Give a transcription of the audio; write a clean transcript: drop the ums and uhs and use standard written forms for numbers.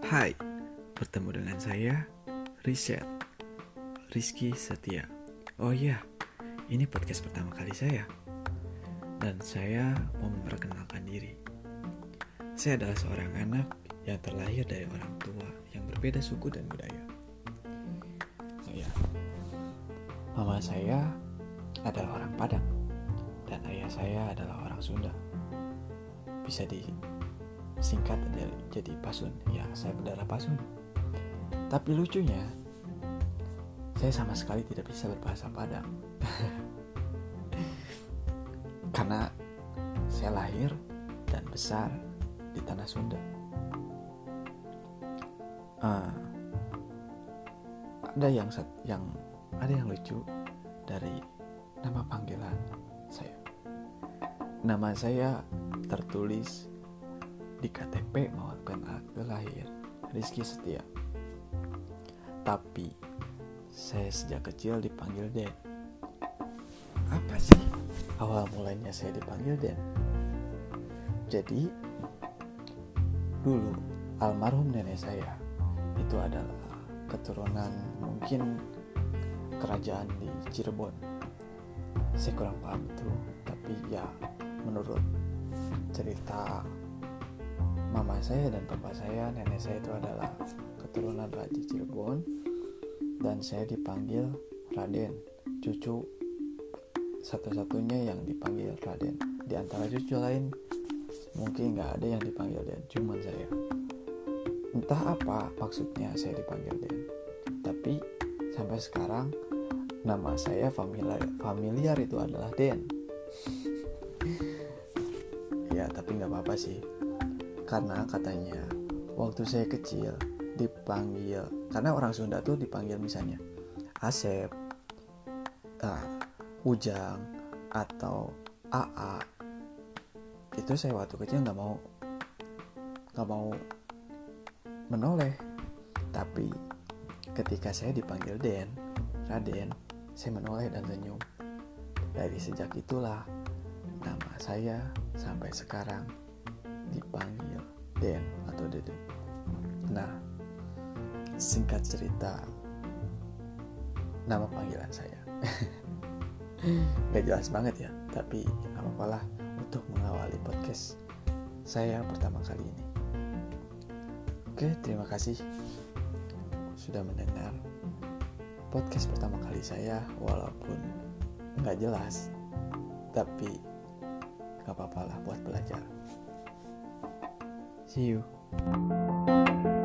Hai, bertemu dengan saya, Rizky Setia. Oh iya, ini podcast pertama kali saya. Dan saya mau memperkenalkan diri. Saya adalah seorang anak yang terlahir dari orang tua yang berbeda suku dan budaya. Oh iya, mama saya adalah orang Padang dan ayah saya adalah orang Sunda. Bisa disingkat jadi Pasun. Ya, saya berdarah Pasun. Tapi lucunya, saya sama sekali tidak bisa berbahasa Padang. Karena saya lahir dan besar di tanah Sunda. Ada yang lucu dari nama panggilan saya. Nama saya tertulis di KTP maupun akte lahir Rizky Setia. Tapi saya sejak kecil dipanggil Den. Apa sih awal mulanya saya dipanggil Den? Jadi dulu almarhum nenek saya itu adalah keturunan mungkin kerajaan di Cirebon. Saya kurang paham itu, tapi ya menurut cerita mama saya dan papa saya, nenek saya itu adalah keturunan Raja Cirebon. Dan saya dipanggil Raden, cucu satu-satunya yang dipanggil Raden. Di antara cucu lain mungkin gak ada yang dipanggil Den, cuman saya. Entah apa maksudnya saya dipanggil Den, tapi sampai sekarang nama saya familiar itu adalah Den. Ya tapi gak apa-apa sih, karena katanya waktu saya kecil dipanggil, karena orang Sunda tuh dipanggil misalnya Asep, Ujang, atau AA. Itu saya waktu kecil nggak mau menoleh. Tapi ketika saya dipanggil Den, Raden, saya menoleh dan senyum. Dari sejak itulah nama saya sampai sekarang dipanggil Den atau Dede. Nah, singkat cerita, nama panggilan saya gak jelas banget ya, tapi gak apa-apalah untuk mengawali podcast saya pertama kali ini. Oke, terima kasih sudah mendengar podcast pertama kali saya. Walaupun gak jelas, tapi gak apa-apalah buat belajar. See you.